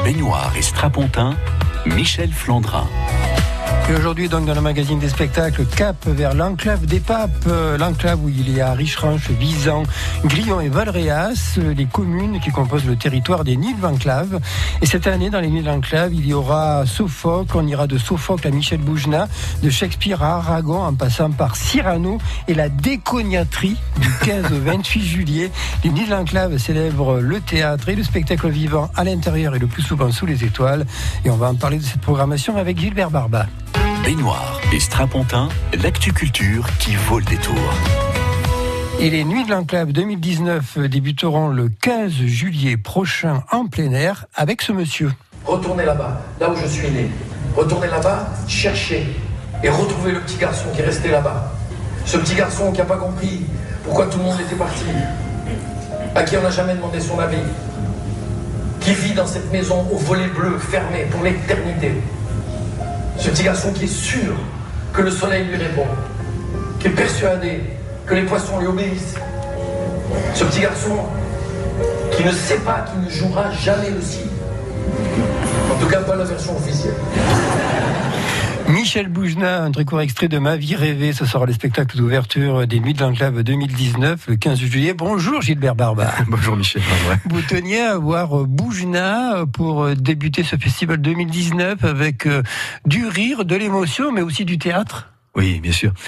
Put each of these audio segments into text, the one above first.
Baignoire et Strapontin, Michel Flandrin. Et aujourd'hui, donc, dans le magazine des spectacles, cap vers l'enclave des Papes, l'enclave où il y a Richeranche, Visan, Grillon et Valréas, les communes qui composent le territoire des Nuits de l'enclave. Et cette année, dans les Nuits de l'enclave, il y aura Sophocle, on ira de Sophocle à Michel Boujna, de Shakespeare à Aragon, en passant par Cyrano et la décognaterie du 15 au 28 juillet. Les Nuits de l'enclave célèbrent le théâtre et le spectacle vivant à l'intérieur et le plus souvent sous les étoiles. Et on va en parler de cette programmation avec Gilbert Barba. Baignoire et Strapontin, l'actu culture qui vaut le détour. Et les Nuits de l'Enclave 2019 débuteront le 15 juillet prochain en plein air avec ce monsieur. Retournez là-bas, là où je suis né. Retournez là-bas, cherchez et retrouvez le petit garçon qui est resté là-bas. Ce petit garçon qui n'a pas compris pourquoi tout le monde était parti, à qui on n'a jamais demandé son avis, qui vit dans cette maison au volet bleu fermé pour l'éternité. Ce petit garçon qui est sûr que le soleil lui répond, qui est persuadé que les poissons lui obéissent. Ce petit garçon qui ne sait pas qu'il ne jouera jamais le cire. En tout cas, pas la version officielle. Michel Boujna, un très court extrait de Ma vie rêvée. Ce sera le spectacle d'ouverture des Nuits de l'Enclave 2019, le 15 juillet. Bonjour Gilbert Barba. Bonjour Michel. Ouais. Vous teniez à voir Boujna pour débuter ce festival 2019 avec du rire, de l'émotion, mais aussi du théâtre. Oui, bien sûr.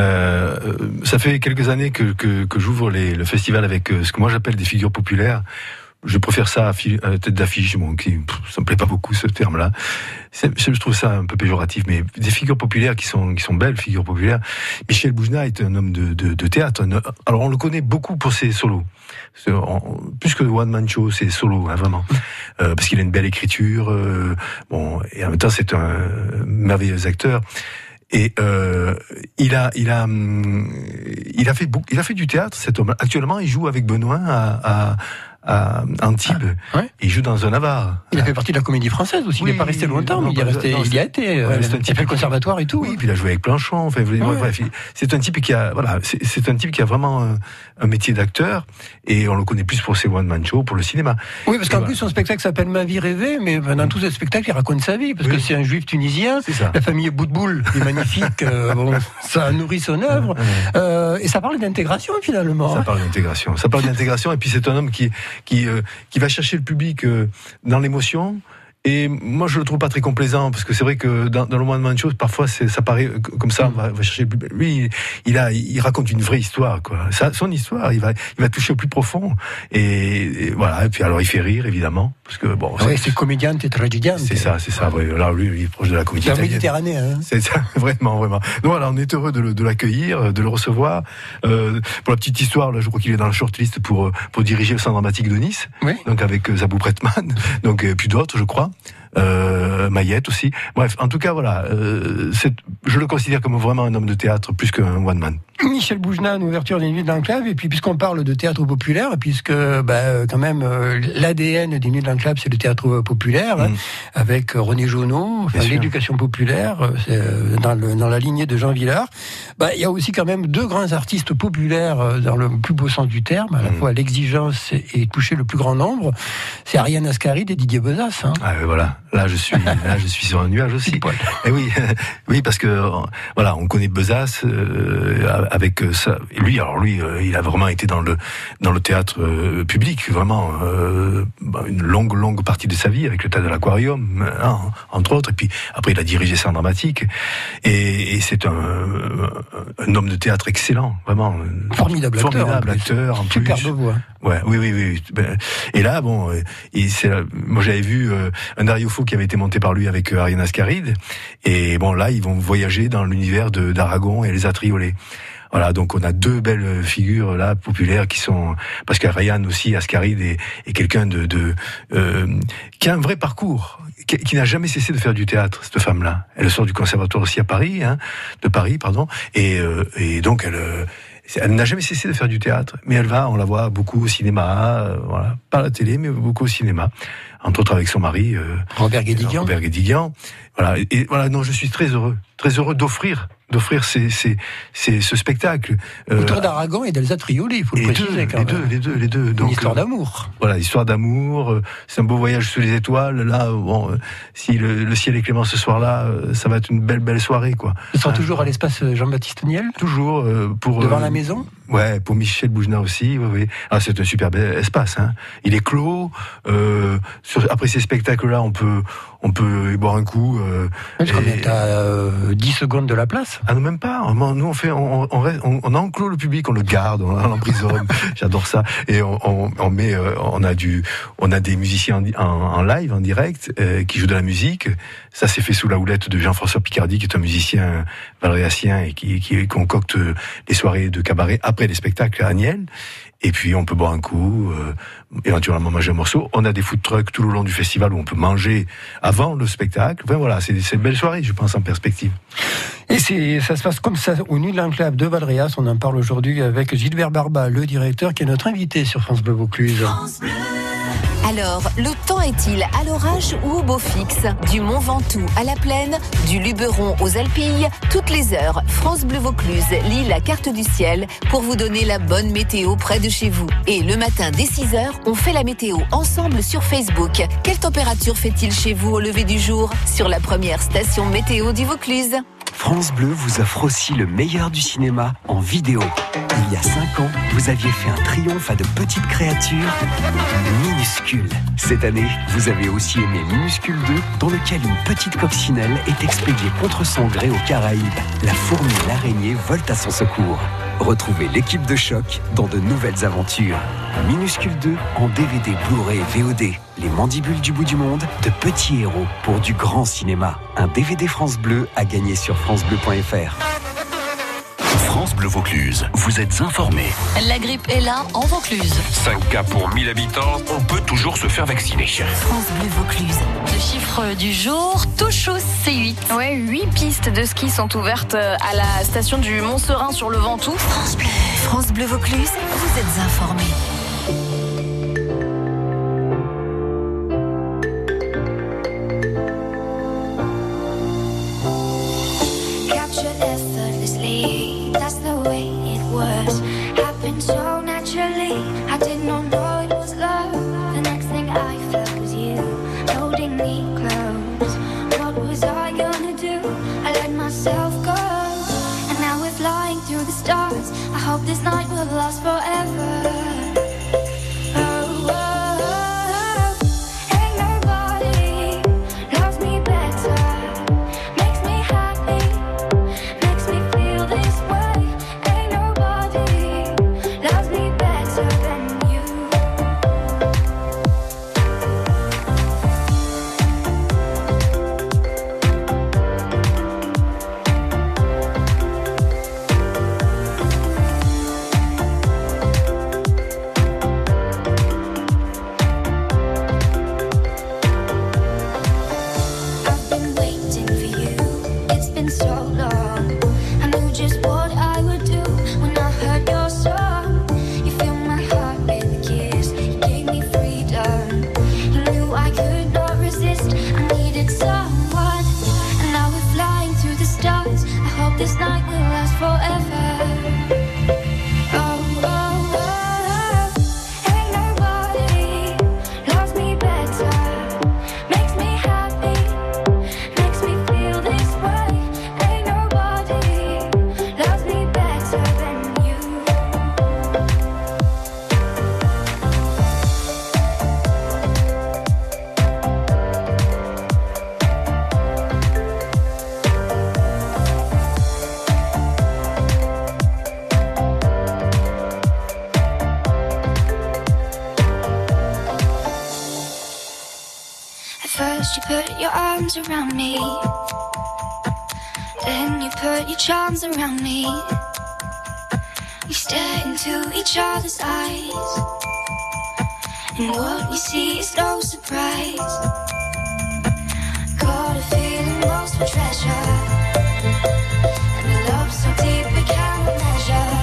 Ça fait quelques années que j'ouvre le festival avec ce que moi j'appelle des figures populaires. Je préfère ça à tête d'affiche, ça me plaît pas beaucoup ce terme-là. Je trouve ça un peu péjoratif, mais des figures populaires qui sont belles, figures populaires. Michel Boujna est un homme de théâtre. Alors on le connaît beaucoup pour ses solos. Plus que le one man show, c'est solo, hein, vraiment. Parce qu'il a une belle écriture, et en même temps c'est un merveilleux acteur. Et il a fait du théâtre, cet homme. Actuellement, il joue avec Benoît à Antibes. Ah, ouais. Il joue dans un Navarre. Il a fait partie de la Comédie Française aussi. Il n'est pas resté longtemps, mais il y a été. Il a fait le conservatoire et tout. Oui, puis il a joué avec Planchon. Enfin, bref, c'est un type qui a, c'est un type qui a vraiment un métier d'acteur, et on le connaît plus pour ses one man show, pour le cinéma. Oui, parce qu'en plus son spectacle s'appelle Ma vie rêvée, mais dans tous ces spectacles, il raconte sa vie, parce que c'est un juif tunisien. La famille Boutboul est magnifique. Ça nourrit son œuvre, et ça parle d'intégration finalement. Ça parle d'intégration, et puis c'est un homme qui va chercher le public dans l'émotion. Et moi, je le trouve pas très complaisant, parce que c'est vrai que dans le one man show, parfois, ça paraît comme ça, on va chercher le public. Lui, il raconte une vraie histoire, quoi. Son histoire, il va toucher au plus profond. Et voilà. Et puis, alors, il fait rire, évidemment, parce que bon. C'est comédien et tragédien. C'est ça. Ouais. Alors, lui, il est proche de la comédie italienne. C'est un Méditerranéen, hein. C'est ça, vraiment. Donc, voilà, on est heureux de l'accueillir, de le recevoir. Pour la petite histoire, là, je crois qu'il est dans la shortlist pour diriger le Centre dramatique de Nice. Oui. Donc, avec Zabou Bretman. Donc, puis d'autres, je crois. Maillette aussi. Bref, en tout cas, voilà, je le considère comme vraiment un homme de théâtre plus qu'un one man. Michel Boujna, une ouverture des Nuits de l'Enclave, et puis puisqu'on parle de théâtre populaire, puisque quand même l'ADN des Nuits de l'Enclave, c'est le théâtre populaire, avec René Jonot, l'éducation populaire, dans la lignée de Jean Vilar. Il y a aussi quand même deux grands artistes populaires dans le plus beau sens du terme, à la fois l'exigence et toucher le plus grand nombre. C'est Ariane Ascaride et Didier Besace. Hein. Ah, voilà. Là, je suis sur un nuage aussi. Et oui, parce que voilà, on connaît Besace avec ça. Et lui, il a vraiment été dans le théâtre public, vraiment une longue partie de sa vie avec le théâtre de l'Aquarium, entre autres. Et puis après, il a dirigé Centre dramatique. Et c'est un homme de théâtre excellent, vraiment. Formidable acteur en plus. Superbe voix. Ouais, oui. Et là, moi j'avais vu un Dario Fo qui avait été monté par lui avec Ariane Ascaride. Et bon, là, ils vont voyager dans l'univers d'Aragon et les Atriolets. Voilà, donc on a deux belles figures là populaires qui sont, parce qu'Ariane aussi, Ascaride est quelqu'un qui a un vrai parcours, qui n'a jamais cessé de faire du théâtre, cette femme-là. Elle sort du conservatoire aussi à Paris, de Paris, et donc elle n'a jamais cessé de faire du théâtre, mais on la voit beaucoup au cinéma, pas à la télé, mais beaucoup au cinéma, entre autres avec son mari Robert Guédiguian. Voilà, non, je suis très heureux très heureux d'offrir ce spectacle. Autour d'Aragon et d'Elsa Trioli, il faut le préciser quand même. Les deux. Donc, une histoire d'amour. Voilà, histoire d'amour. C'est un beau voyage sous les étoiles. Là, bon, si le ciel est clément ce soir-là, ça va être une belle soirée, quoi. Ce sera toujours à l'espace Jean-Baptiste Niel. Toujours devant la maison. Ouais, pour Michel Boujna aussi. Oui. Ah, c'est un superbe espace. Hein. Il est clos. Après ces spectacles-là, on peut y boire un coup. Je crois bien que t'as 10 secondes de la place. Ah non, même pas. Nous, on enclôt le public, on le garde, on l'emprisonne. J'adore ça. Et on a des musiciens en live, en direct, qui jouent de la musique. Ça, c'est fait sous la houlette de Jean-François Picardy, qui est un musicien valréacien et qui concocte les soirées de cabaret après les spectacles à Niel. Et puis on peut boire un coup, éventuellement manger un morceau. On a des food trucks tout le long du festival où on peut manger avant le spectacle. Enfin voilà, c'est une belle soirée, je pense, en perspective. Et ça se passe comme ça au Nuit de l'Enclave de Valréas. On en parle aujourd'hui avec Gilbert Barba, le directeur, qui est notre invité sur France Bleu Vaucluse. France Bleu. Alors, le temps est-il à l'orage ou au beau fixe? Du Mont Ventoux à la Plaine, du Luberon aux Alpilles, toutes les heures, France Bleu Vaucluse lit la carte du ciel pour vous donner la bonne météo près de chez vous. Et le matin dès 6h, on fait la météo ensemble sur Facebook. Quelle température fait-il chez vous au lever du jour? Sur la première station météo du Vaucluse. France Bleu vous offre aussi le meilleur du cinéma en vidéo. Il y a 5 ans, vous aviez fait un triomphe à de petites créatures minuscules. Cette année, vous avez aussi aimé Minuscule 2, dans lequel une petite coccinelle est expédiée contre son gré aux Caraïbes. La fourmi et l'araignée volent à son secours. Retrouvez l'équipe de Choc dans de nouvelles aventures. Minuscule 2 en DVD, Blu-ray et VOD. Les mandibules du bout du monde, de petits héros pour du grand cinéma. Un DVD France Bleu à gagner sur francebleu.fr. France Bleu Vaucluse, vous êtes informés. La grippe est là en Vaucluse. 5 cas pour 1000 habitants, on peut toujours se faire vacciner. France Bleu Vaucluse. Le chiffre du jour, touche au C8. Ouais, 8 pistes de ski sont ouvertes à la station du Mont-Serein sur le Ventoux. France Bleu. France Bleu Vaucluse, vous êtes informés. So naturally, I did not know it was love. The next thing I felt was you holding me close. What was I gonna do? I let myself go, and now we're flying through the stars. I hope this night will last forever. First you put your arms around me, then you put your charms around me. We stare into each other's eyes, and what we see is no surprise. Got a feeling lost for treasure, and a love so deep we can't measure.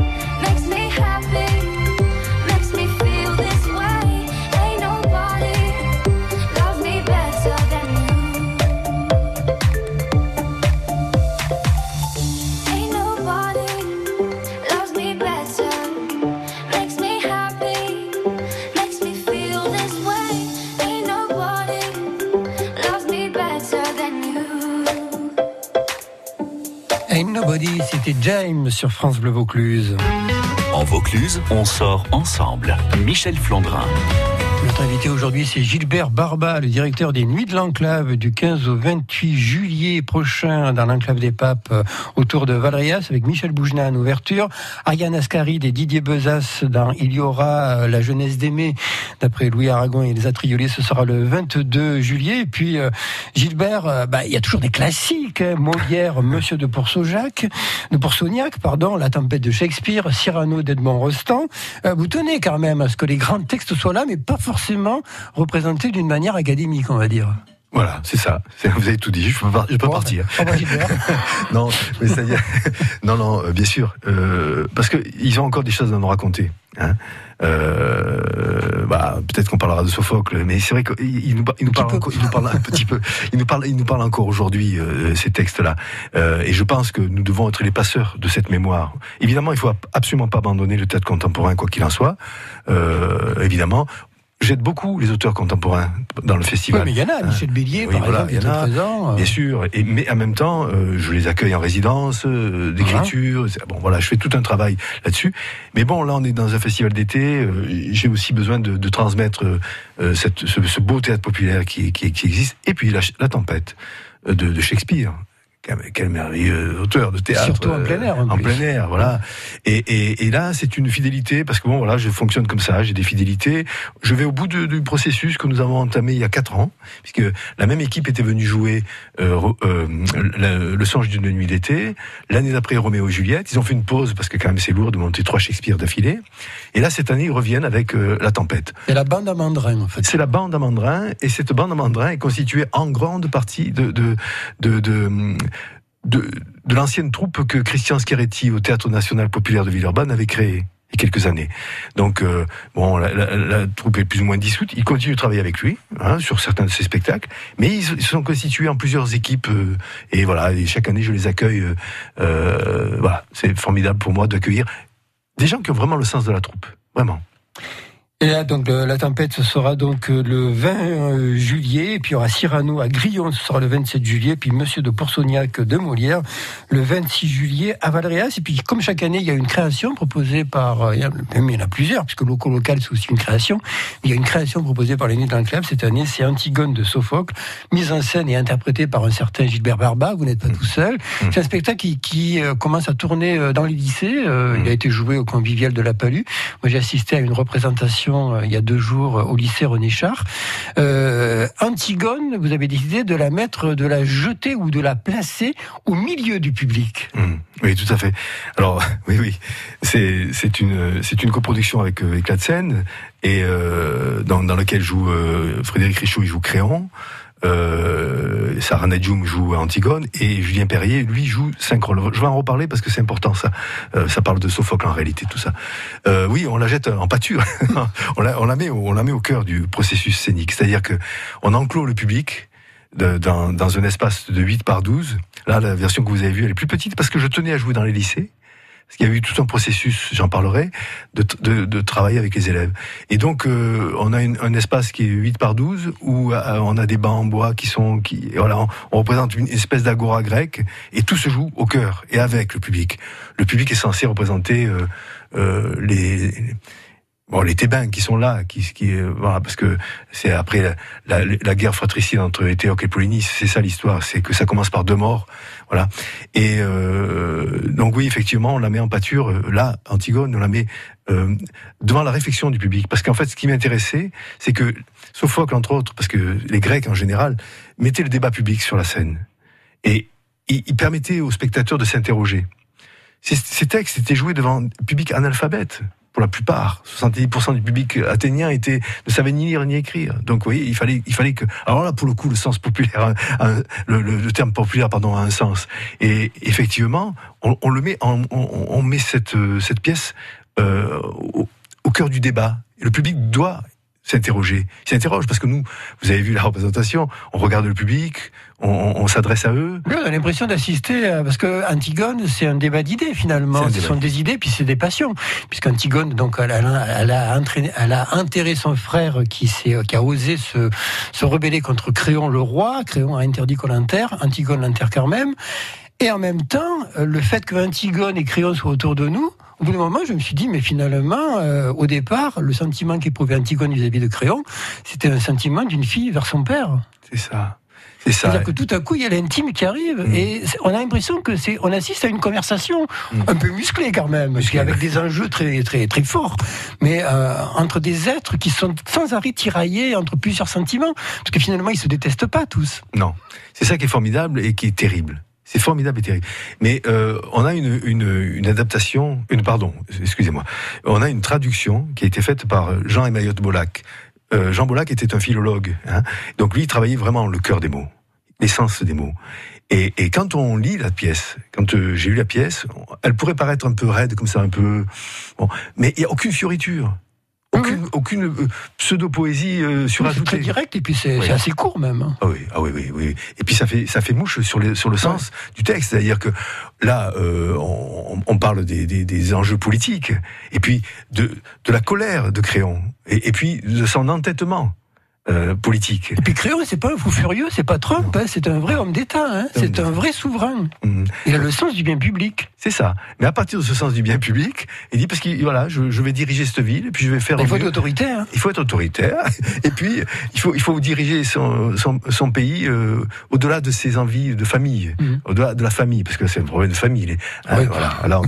Makes me feel this way. Ain't nobody Everybody, c'était James sur France Bleu Vaucluse. En Vaucluse, on sort ensemble. Michel Flandrin. Notre invité aujourd'hui, c'est Gilbert Barba, le directeur des Nuits de l'Enclave du 15 au 28 juillet prochain dans l'Enclave des Papes autour de Valréas avec Michel Bougenat en ouverture, Ariane Ascaride et Didier Bezas dans Il y aura la jeunesse d'aimer d'après Louis Aragon et les Atriolés, ce sera le 22 juillet. Et puis Gilbert, il y a toujours des classiques, hein, Molière, Monsieur de Pourceaugnac, La tempête de Shakespeare, Cyrano d'Edmond Rostand. Vous tenez quand même à ce que les grands textes soient là, mais pas forcément représenté d'une manière académique, on va dire. Voilà, c'est ça. Vous avez tout dit. Je peux partir. Non, mais c'est-à-dire, non, bien sûr, parce que ils ont encore des choses à nous raconter. Hein. Peut-être qu'on parlera de Sophocle, mais c'est vrai qu'il nous parle un petit peu. Il nous parle encore aujourd'hui ces textes-là. Et je pense que nous devons être les passeurs de cette mémoire. Évidemment, il faut absolument pas abandonner le théâtre contemporain, quoi qu'il en soit. Évidemment. J'aide beaucoup les auteurs contemporains dans le festival. Oui, mais il y en a, Michel Bélier, par exemple, qui est présent. Bien sûr, mais en même temps, je les accueille en résidence, d'écriture. Je fais tout un travail là-dessus. Mais bon, là, on est dans un festival d'été. J'ai aussi besoin de transmettre ce beau théâtre populaire qui existe. Et puis la tempête de Shakespeare. Quel merveilleux auteur de théâtre. Surtout en plein air. En plein air, voilà. Et là, c'est une fidélité, parce que je fonctionne comme ça, j'ai des fidélités. Je vais au bout du processus que nous avons entamé il y a 4 ans, puisque la même équipe était venue jouer Le Songe d'une nuit d'été. L'année d'après, Roméo et Juliette. Ils ont fait une pause, parce que quand même c'est lourd de monter 3 Shakespeare d'affilée. Et là, cette année, ils reviennent avec La Tempête. C'est la bande à Mandrin, en fait. C'est la bande à Mandrin, et cette bande à Mandrin est constituée en grande partie de l'ancienne troupe que Christian Schiaretti au Théâtre National Populaire de Villeurbanne avait créée il y a quelques années. Donc, la troupe est plus ou moins dissoute. Il continue de travailler avec lui sur certains de ses spectacles, mais ils se sont constitués en plusieurs équipes. Et chaque année, je les accueille. C'est formidable pour moi d'accueillir des gens qui ont vraiment le sens de la troupe, vraiment. Et là, donc, la tempête, ce sera donc le 20 juillet, et puis il y aura Cyrano à Grillon, ce sera le 27 juillet, puis Monsieur de Pourceaugnac de Molière, le 26 juillet à Valréas. Et puis, comme chaque année, il y a une création proposée par, il y en a plusieurs, puisque local, c'est aussi une création. Il y a une création proposée par les Nuits de l'Enclave. Cette année, c'est Antigone de Sophocle, mise en scène et interprétée par un certain Gilbert Barba. Vous n'êtes pas tout seul. C'est un spectacle qui commence à tourner dans les lycées. Il a été joué au Convivial de la Palue. Moi, j'ai assisté à une représentation il y a 2 jours au lycée René Char. Antigone, vous avez décidé de la mettre, de la jeter ou de la placer au milieu du public. Oui, tout à fait. Alors, oui, c'est une coproduction avec la Seine, et dans laquelle joue Frédéric Richaud, il joue Créon. Sarah Nadjoum joue Antigone, et Julien Perrier, lui, joue 5 rôles. Je vais en reparler parce que c'est important, ça. Ça parle de Sophocle en réalité, tout ça. Oui, on la jette en pâture. on la met au cœur du processus scénique. C'est-à-dire que on enclôt le public dans un espace de 8 par 12. Là, la version que vous avez vue, elle est plus petite parce que je tenais à jouer dans les lycées. Parce qu'il y a eu tout un processus, j'en parlerai, de travailler avec les élèves. Et donc, on a un espace qui est 8 par 12, où on a des bancs en bois on représente une espèce d'agora grecque, et tout se joue au cœur, et avec le public. Le public est censé représenter les Thébains qui sont là, parce que c'est après la guerre fratricide entre Éthéocle et Polynice, c'est ça l'histoire, c'est que ça commence par 2 morts, voilà. Et donc oui, effectivement, on la met en pâture. Là, Antigone, on la met devant la réflexion du public, parce qu'en fait, ce qui m'intéressait, c'est que Sophocle, entre autres, parce que les Grecs en général mettaient le débat public sur la scène, et ils permettaient aux spectateurs de s'interroger. Ces textes étaient joués devant un public analphabète. Pour la plupart, 70% du public athénien ne savait ni lire ni écrire. Donc, vous voyez, il fallait que. Alors là, pour le coup, le sens populaire, le terme populaire, a un sens. Et effectivement, on met cette pièce au cœur du débat. Et le public doit s'interroge parce que nous, vous avez vu la représentation, on regarde le public, on s'adresse à eux. Oui, on a l'impression d'assister parce que Antigone, c'est un débat d'idées finalement. Ce sont des idées puis c'est des passions. Puisqu'Antigone, donc, elle a enterré son frère qui a osé se rebeller contre Créon le roi. Créon a interdit qu'on l'enterre. Antigone l'enterre quand même. Et en même temps, le fait que Antigone et Créon soient autour de nous, au bout d'un moment, je me suis dit, mais finalement, au départ, le sentiment qu'éprouvait Antigone vis-à-vis de Créon, c'était un sentiment d'une fille vers son père. C'est ça. C'est-à-dire que tout à coup, il y a l'intime qui arrive, et on a l'impression que on assiste à une conversation un peu musclée quand même, avec des enjeux très, très, très forts, mais entre des êtres qui sont sans arrêt tiraillés entre plusieurs sentiments, parce que finalement, ils se détestent pas tous. Non, c'est ça qui est formidable et qui est terrible. C'est formidable et terrible. Mais on a une adaptation, on a une traduction qui a été faite par Jean et Mayotte Bollac. Jean Bollac était un philologue, hein, donc lui il travaillait vraiment le cœur des mots, l'essence des mots. Et quand on lit la pièce, quand j'ai lu la pièce, elle pourrait paraître un peu raide comme ça, un peu bon, mais il y a aucune fioriture. Aucune pseudo-poésie surajoutée. C'est très direct et puis c'est assez court même. Ah oui. Et puis ça fait mouche sur le sens du texte. C'est-à-dire que là, on parle des enjeux politiques et puis de la colère de Créon et puis de son entêtement politique. Et puis Créon, c'est pas un fou furieux, c'est pas Trump, hein, c'est un vrai homme d'État, hein, c'est un vrai souverain. Il a le sens du bien public. C'est ça. Mais à partir de ce sens du bien public, il dit parce que voilà, je vais diriger cette ville et puis je vais faire. Il faut être autoritaire. Il faut être autoritaire et puis il faut diriger son pays au-delà de ses envies de famille, au-delà de la famille, parce que c'est un problème de famille. Voilà. Alors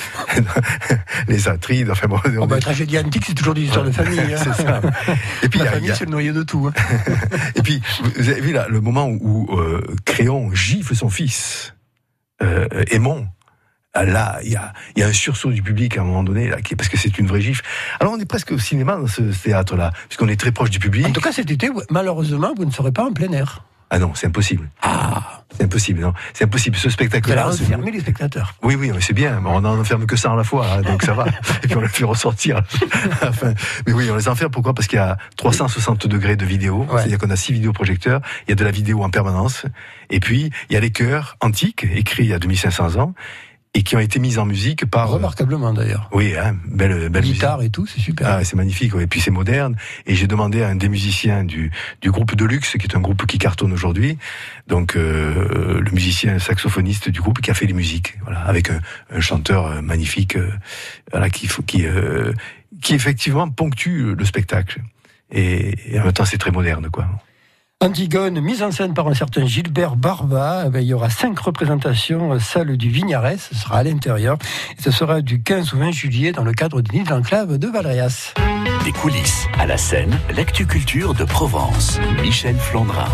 les intrigues, enfin bon. La tragédie antique, c'est toujours des histoires de famille. Hein. C'est ça. Et puis la famille, c'est le noyau de tout. Hein. Et puis vous avez vu là le moment où Créon gifle son fils Aimon. Là, il y a un sursaut du public à un moment donné, là, parce que c'est une vraie gifle. Alors, on est presque au cinéma dans ce théâtre-là, puisqu'on est très proche du public. En tout cas, cet été, malheureusement, vous ne serez pas en plein air. Ah non, c'est impossible. C'est impossible, non. C'est impossible. Ce spectacle-là. Vous allez enfermer les spectateurs. Oui, mais c'est bien. On n'en enferme que ça à la fois, hein, donc ça va. Et puis on les fait ressortir. Enfin, mais oui, on les enferme. Pourquoi ? Parce qu'il y a 360 degrés de vidéo. Ouais. C'est-à-dire qu'on a 6 vidéoprojecteurs. Il y a de la vidéo en permanence. Et puis, il y a les chœurs antiques, écrits il y a 2500 ans. Et qui ont été mises en musique par... Remarquablement d'ailleurs. Oui, hein, belle guitare musique. Et tout, c'est super. Ah, c'est magnifique, ouais. Et puis c'est moderne. Et j'ai demandé à un des musiciens du groupe Deluxe, qui est un groupe qui cartonne aujourd'hui, donc le musicien saxophoniste du groupe qui a fait les musiques, voilà, avec un chanteur magnifique, voilà, qui effectivement ponctue le spectacle. Et en même temps, c'est très moderne, quoi. Antigone, mise en scène par un certain Gilbert Barba. Il y aura 5 représentations, salle du Vignares, ce sera à l'intérieur. Et ce sera du 15 au 20 juillet dans le cadre du Nid de l'Enclave de Valréas. Des coulisses à la scène, l'actu-culture de Provence. Michel Flandrin.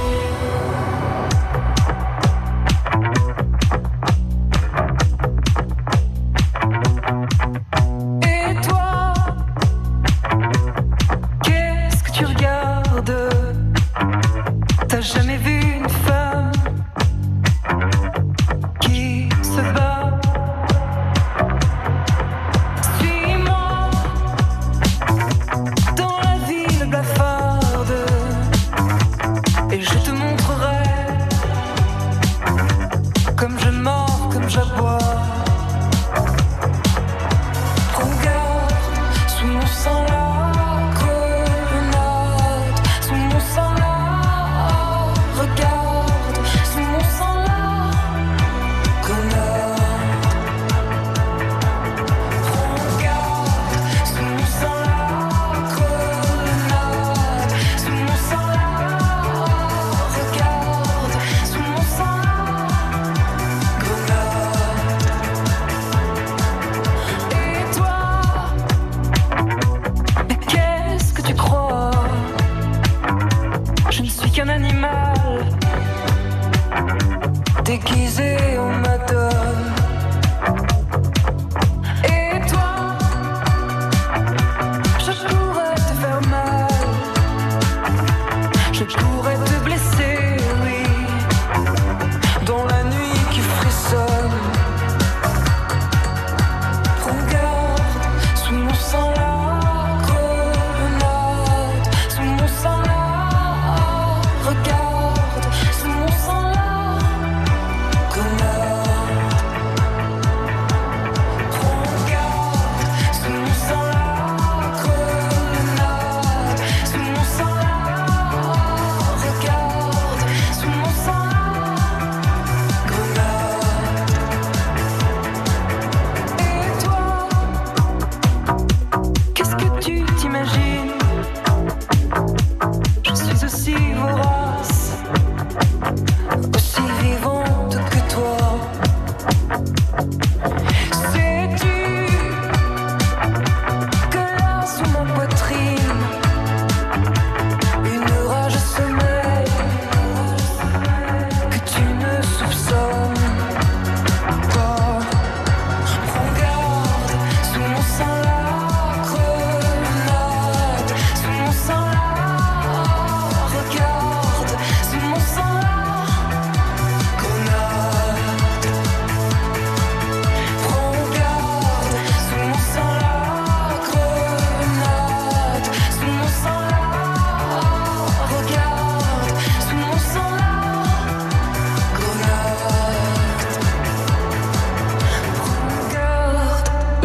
T'as jamais vu une femme qui se bat? Suis-moi dans la ville blafarde et je te montre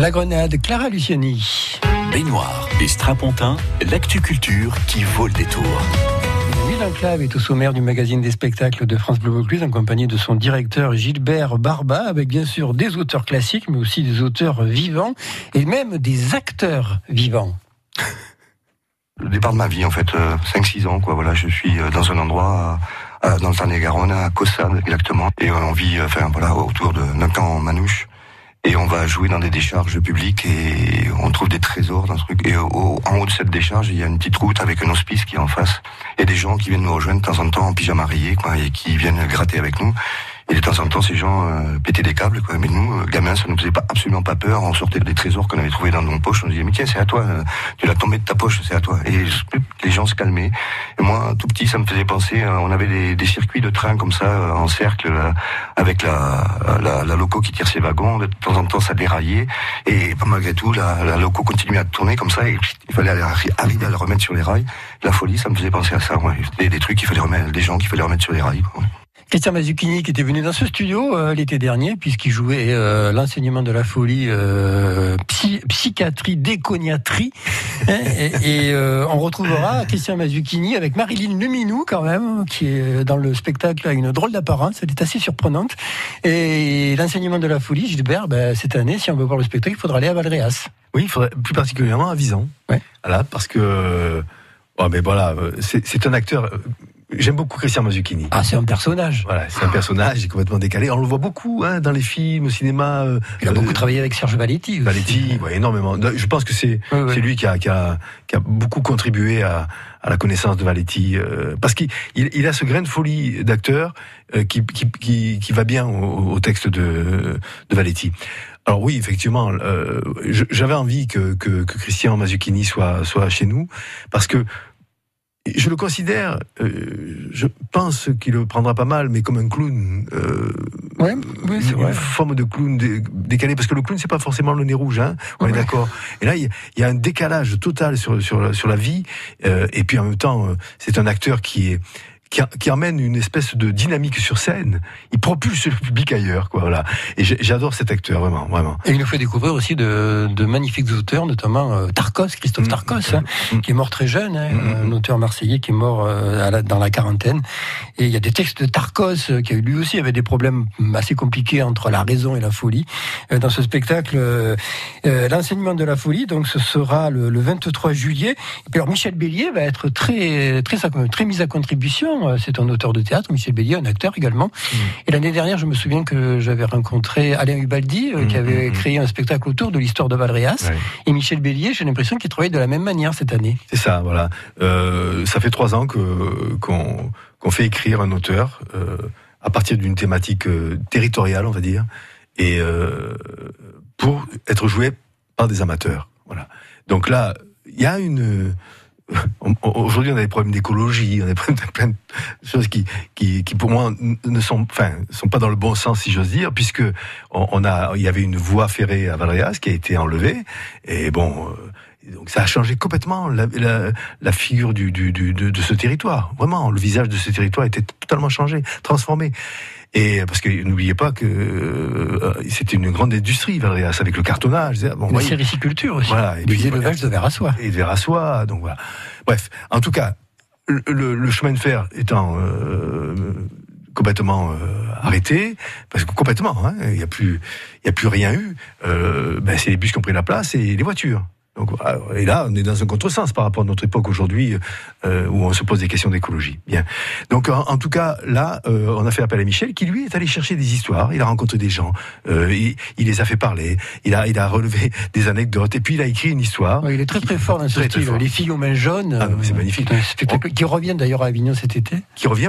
La Grenade, Clara Luciani. Baignoire et strapontin, l'actu culture qui vaut le détour. Oui, l'Enclave est au sommaire du magazine des spectacles de France Bleu Vaucluse en compagnie de son directeur Gilbert Barba, avec bien sûr des auteurs classiques, mais aussi des auteurs vivants et même des acteurs vivants. Le départ de ma vie, en fait, 5-6 ans, quoi. Voilà, je suis dans un endroit dans le Tarn-et-Garonne, à Caussade exactement, et on vit, autour d'un camp manouche. Et on va jouer dans des décharges publiques et on trouve des trésors dans ce truc. Et en haut de cette décharge, il y a une petite route avec un hospice qui est en face. Et des gens qui viennent nous rejoindre de temps en temps en pyjama rayé, quoi, et qui viennent gratter avec nous. Et de temps en temps, ces gens pétaient des câbles, quoi. Mais nous, gamins, ça nous faisait absolument pas peur. On sortait des trésors qu'on avait trouvés dans nos poches. On disait, mais tiens, c'est à toi. Tu l'as tombé de ta poche, c'est à toi. Et les gens se calmaient. Et moi, tout petit, ça me faisait penser, on avait des circuits de train comme ça, en cercle, avec la loco qui tire ses wagons. De temps en temps, ça déraillait. Et malgré tout, la loco continuait à tourner comme ça. Et il fallait arriver à la remettre sur les rails. La folie, ça me faisait penser à ça. Ouais. Des trucs qu'il fallait remettre, des gens qu'il fallait remettre sur les rails, quoi. Christian Mazzucchini qui était venu dans ce studio l'été dernier puisqu'il jouait l'enseignement de la folie, psychiatrie, déconiatrie. et on retrouvera Christian Mazzucchini avec Marilyn Leminou quand même, qui est dans le spectacle à une drôle d'apparence, elle est assez surprenante. Et l'enseignement de la folie, Gilbert, cette année, si on veut voir le spectacle, il faudra aller à Valréas. Oui, il faudrait plus particulièrement à Visan. Ouais. Voilà, parce que c'est un acteur. J'aime beaucoup Christian Mazzucchini. Ah, c'est un personnage. Voilà, c'est un personnage, il est complètement décalé. On le voit beaucoup dans les films, au cinéma. Il a beaucoup travaillé avec Serge Valetti. Valetti, ouais, énormément. Je pense que c'est lui qui a beaucoup contribué à la connaissance de Valetti, parce qu'il a ce grain de folie d'acteur qui va bien au texte de Valetti. Alors oui, effectivement, j'avais envie que Christian Mazzucchini soit chez nous, parce que je le considère, je pense qu'il le prendra pas mal, mais comme un clown. Oui, c'est vrai. Une forme de clown décalé, parce que le clown, c'est pas forcément le nez rouge, hein. On est d'accord. Et là, il y a un décalage total sur la vie, et puis en même temps, c'est un acteur qui emmène une espèce de dynamique sur scène. Il propulse le public ailleurs, quoi. Voilà. Et j'adore cet acteur, vraiment, vraiment. Et il nous fait découvrir aussi de magnifiques auteurs, notamment Christophe Tarkos, qui est mort très jeune, un auteur marseillais qui est mort dans la quarantaine. Et il y a des textes de Tarkos qui lui aussi avait des problèmes assez compliqués entre la raison et la folie. Dans ce spectacle, l'enseignement de la folie, donc ce sera le 23 juillet. Et puis alors Michel Bélier va être très mis à contribution. C'est un auteur de théâtre, Michel Bélier, un acteur également. Et l'année dernière, je me souviens que j'avais rencontré Alain Ubaldi, qui avait créé un spectacle autour de l'histoire de Valréas. Ouais. Et Michel Bélier, j'ai l'impression qu'il travaille de la même manière cette année. C'est ça, voilà. Ça fait 3 ans qu'on fait écrire un auteur à partir d'une thématique territoriale, on va dire, et pour être joué par des amateurs. Voilà. Donc là, il y a aujourd'hui, on a des problèmes d'écologie, on a des problèmes de plein de choses qui pour moi ne sont pas dans le bon sens, si j'ose dire, puisque il y avait une voie ferrée à Valréas qui a été enlevée, et bon, donc ça a changé complètement la figure de ce territoire. Vraiment, le visage de ce territoire était totalement changé, transformé. Et parce que n'oubliez pas que c'était une grande industrie, Valréas, avec le cartonnage. La sériciculture aussi. Voilà. Et puis l'élevage de verre à soie. Et de verre à soie. Donc voilà. Bref, en tout cas, le chemin de fer étant complètement arrêté, parce que complètement, il y a plus rien eu. C'est les bus qui ont pris la place et les voitures. Donc, et là, on est dans un contresens par rapport à notre époque aujourd'hui, où on se pose des questions d'écologie. Bien. Donc, en tout cas, là, on a fait appel à Michel, qui lui est allé chercher des histoires. Il a rencontré des gens, il les a fait parler. Il a relevé des anecdotes, et puis il a écrit une histoire. Ouais, il est très très fort dans ce style. Les filles aux mains jaunes. C'est magnifique. Qui revient d'ailleurs à Avignon cet été. Qui revient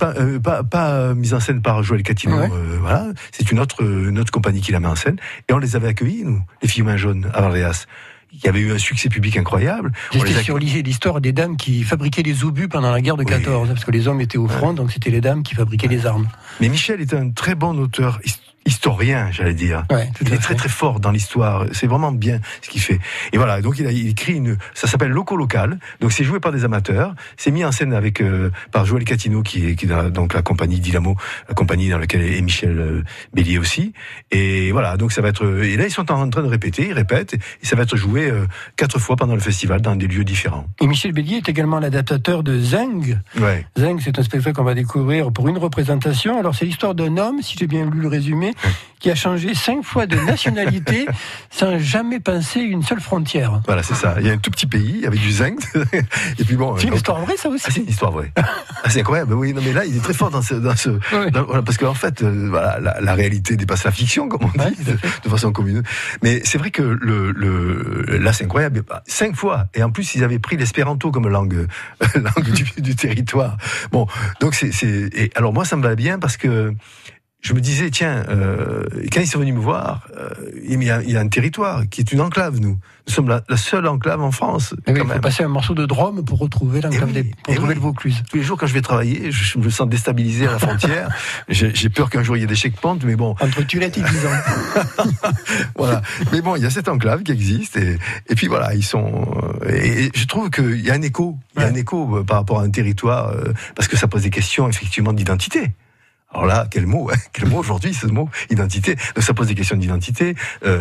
pas mise en scène par Joël Catino. Ouais. Voilà. C'est une autre compagnie qui la met en scène, et on les avait accueillis, nous, les filles aux mains jaunes à Valréas. Il y avait eu un succès public incroyable. C'était sur l'histoire des dames qui fabriquaient les obus pendant la guerre de 14, parce que les hommes étaient au front, donc c'était les dames qui fabriquaient les armes. Mais Michel est un très bon auteur historien, j'allais dire. Ouais, il est très très fort dans l'histoire. C'est vraiment bien ce qu'il fait. Et voilà, donc il écrit ça s'appelle Loco Local. Donc c'est joué par des amateurs. C'est mis en scène avec par Joël Catino qui est donc la compagnie Dynamo, la compagnie dans laquelle est Michel Bélier aussi. Et voilà, donc ça va être. Et là ils sont en train de répéter, ils répètent, et ça va être joué 4 fois pendant le festival dans des lieux différents. Et Michel Bélier est également l'adaptateur de Zeng. Ouais. Zeng, c'est un spectacle qu'on va découvrir pour une représentation. Alors c'est l'histoire d'un homme, si j'ai bien lu le résumé, qui a changé 5 fois de nationalité sans jamais penser une seule frontière. Voilà, c'est ça. Il y a un tout petit pays avec du Zeng. Et puis bon. C'est une histoire vraie, ça aussi. Ah, c'est une histoire vraie. C'est incroyable. Oui, non, mais là, il est très fort dans ce. Oui. Voilà, parce qu'en fait, voilà, la réalité dépasse la fiction, comme on dit, de façon commune. Mais c'est vrai que là, c'est incroyable. 5 fois. Et en plus, ils avaient pris l'espéranto comme langue du territoire. Bon, donc et alors moi, ça me va bien parce que je me disais, tiens, quand ils sont venus me voir, il y a un territoire qui est une enclave, nous. Nous sommes la seule enclave en France. Il faut passer un morceau de Drôme pour retrouver l'enclave le Vaucluse. Tous les jours, quand je vais travailler, je me sens déstabilisé à la frontière. J'ai peur qu'un jour il y ait des checkpoints, mais bon. Entre Tulette et Dijon. Voilà. Mais bon, il y a cette enclave qui existe, et puis voilà, ils sont. Et je trouve qu'il y a un écho. Il y a un écho par rapport à un territoire, parce que ça pose des questions, effectivement, d'identité. Alors là, quel mot aujourd'hui, ce mot, identité. Donc ça pose des questions d'identité.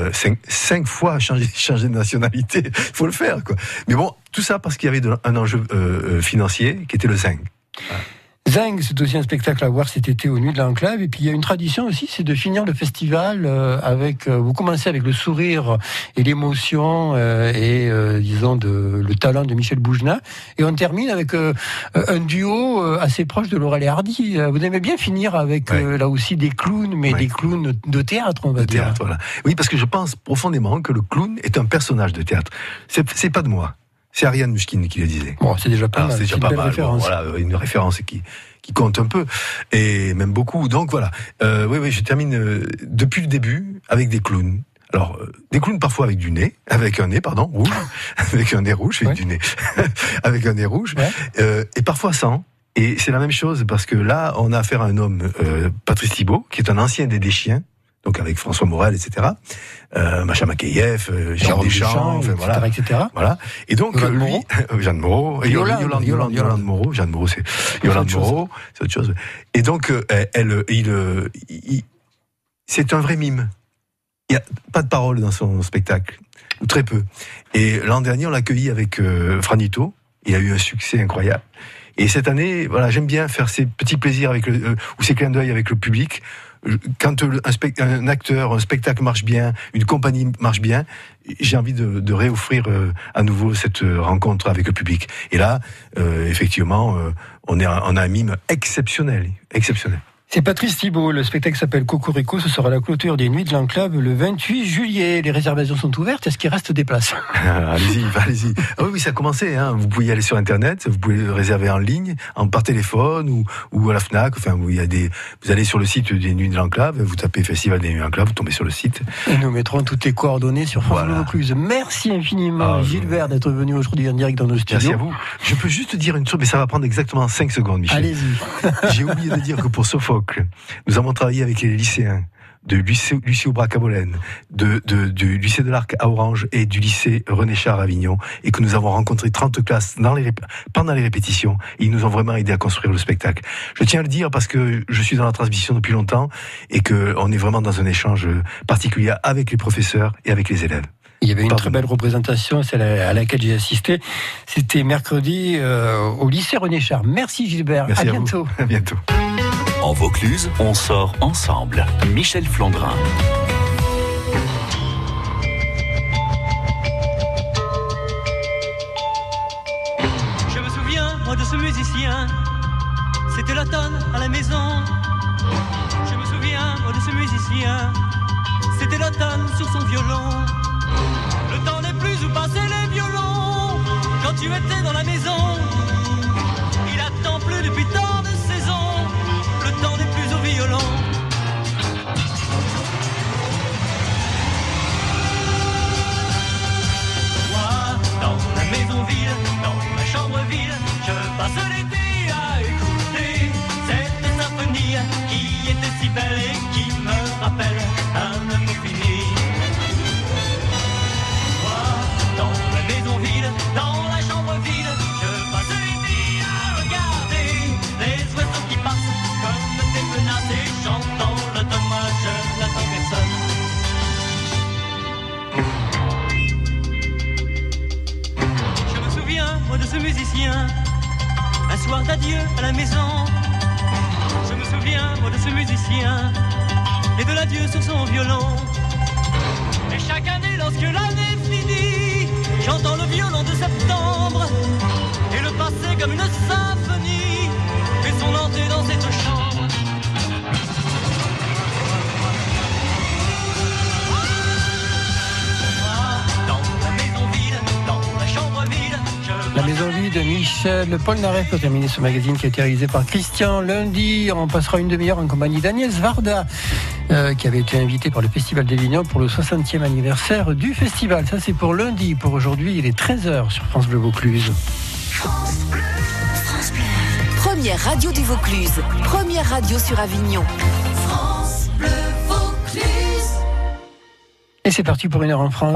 5 fois changer de nationalité, il faut le faire, quoi. Mais bon, tout ça parce qu'il y avait un enjeu financier qui était le Zeng. Voilà. Zeng, c'est aussi un spectacle à voir cet été aux Nuits de l'Enclave. Et puis il y a une tradition aussi, c'est de finir le festival avec. Vous commencez avec le sourire et l'émotion disons le talent de Michel Boujna, et on termine avec un duo assez proche de Laurel et Hardy. Vous aimez bien finir avec là aussi des clowns, mais des clowns de théâtre, on va dire. Théâtre, voilà. Oui, parce que je pense profondément que le clown est un personnage de théâtre. C'est pas de moi. C'est Ariane Mushkin qui le disait. Bon, c'est déjà pas mal. C'est déjà pas mal. Bon, voilà, une référence qui compte un peu, et même beaucoup. Donc voilà. Oui, je termine depuis le début avec des clowns. Alors, des clowns parfois avec du nez, avec un nez, rouge, avec un nez rouge, avec du nez, avec un nez rouge, et parfois sans. Et c'est la même chose parce que là, on a affaire à un homme, Patrice Thibault, qui est un ancien des Deschamps. Donc avec François Morel, etc. Macha Makeyev, Jérôme Deschamps, etc. Voilà. Et donc Jeanne Moreau, Yolande Moreau. Jeanne Moreau, c'est Yolande Moreau, c'est autre chose. Et donc c'est un vrai mime. Il y a pas de parole dans son spectacle, ou très peu. Et l'an dernier, on l'a accueilli avec Franito. Il a eu un succès incroyable. Et cette année, voilà, j'aime bien faire ces petits plaisirs ou ces clins d'œil avec le public. Quand un acteur, un spectacle marche bien, une compagnie marche bien, j'ai envie de réoffrir à nouveau cette rencontre avec le public. Et là, effectivement, on a un mime exceptionnel. C'est Patrice Thibault, le spectacle s'appelle Cocorico, ce sera la clôture des Nuits de l'Enclave le 28 juillet. Les réservations sont ouvertes, est-ce qu'il reste des places ? Allez-y. Ah oui, ça a commencé, hein. Vous pouvez y aller sur Internet, vous pouvez le réserver en ligne, par téléphone ou à la FNAC. Enfin, vous allez sur le site des Nuits de l'Enclave, vous tapez Festival des Nuits de l'Enclave, vous tombez sur le site. Et nous mettrons toutes les coordonnées sur France Bleu Vaucluse. Merci infiniment, Gilbert, d'être venu aujourd'hui en direct dans nos studios. Merci à vous. Je peux juste dire une chose, mais ça va prendre exactement 5 secondes, Michel. Allez-y. J'ai oublié de dire que pour Sophocle, nous avons travaillé avec les lycéens de Lucie Aubrac à Bolène, du lycée de l'Arc à Orange et du lycée René Char à Avignon, et que nous avons rencontré 30 classes pendant les répétitions. Ils nous ont vraiment aidé à construire le spectacle. Je tiens à le dire parce que je suis dans la transmission depuis longtemps et qu'on est vraiment dans un échange particulier avec les professeurs et avec les élèves. Il y avait une très belle représentation, celle à laquelle j'ai assisté. C'était mercredi au lycée René Char. Merci Gilbert, Merci à bientôt. À bientôt. En Vaucluse, on sort ensemble. Michel Flandrin. Je me souviens, moi, de ce musicien. C'était l'automne à la maison. Je me souviens, moi, de ce musicien. C'était l'automne sur son violon. Le temps n'est plus où passer les violons. Quand tu étais dans la maison, il attend plus depuis tant de saisons. Le temps n'est plus au violon. Moi, dans la maison vide, dans ma chambre vide, je passe l'été à écouter cette symphonie qui était si belle et qui me rappelle ce musicien. Un soir d'adieu à la maison. Je me souviens, moi, de ce musicien et de l'adieu sur son violon. Et chaque année, lorsque l'année finit, j'entends le violon de septembre et le passé comme une symphonie fait son entrée dans cette chambre. Dans la maison vide, dans la chambre vide. La maison vide, Michel Polnareff pour terminer ce magazine qui a été réalisé par Christian. Lundi, on passera une demi-heure en compagnie d'Agnès Varda, qui avait été invitée par le Festival d'Avignon pour le 60e anniversaire du festival. Ça, c'est pour lundi. Pour aujourd'hui, il est 13h sur France Bleu Vaucluse. France Bleu. France Bleu. Première radio du Vaucluse. Première radio sur Avignon. France Bleu Vaucluse. Et c'est parti pour une heure en France.